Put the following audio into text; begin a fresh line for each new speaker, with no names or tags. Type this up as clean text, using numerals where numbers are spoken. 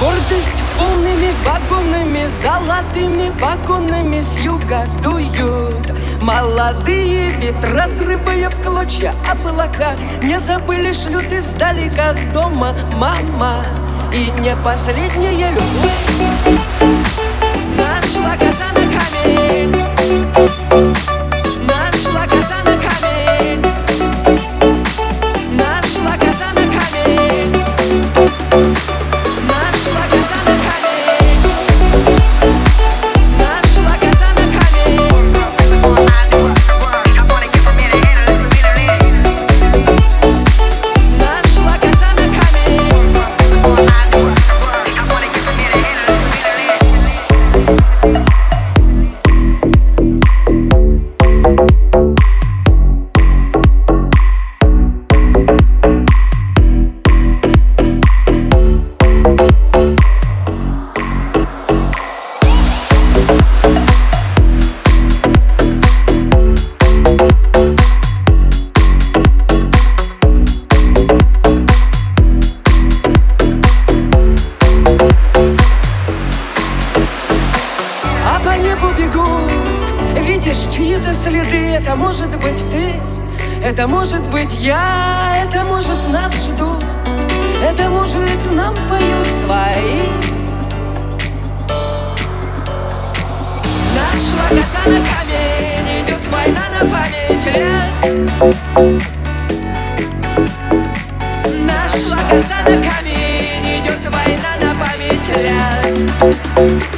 Гордость полными вагонами, золотыми вагонами с юга дуют молодые ветра, срывая в клочья облака. Не забыли, шлют издалека с дома мама. И не последняя любовь нашла коза на камень, нашла коза на камень, нашла коза на камень, нашла коза на камень, нашла коза на камень, нашла коза на камень. По небу бегут, видишь чьи-то следы. Это может быть ты, это может быть я, это может нас ждут, это может нам поют свои. Нашла коза на камень, идет война на память лет. Нашла коза на камень, идет война на память лет.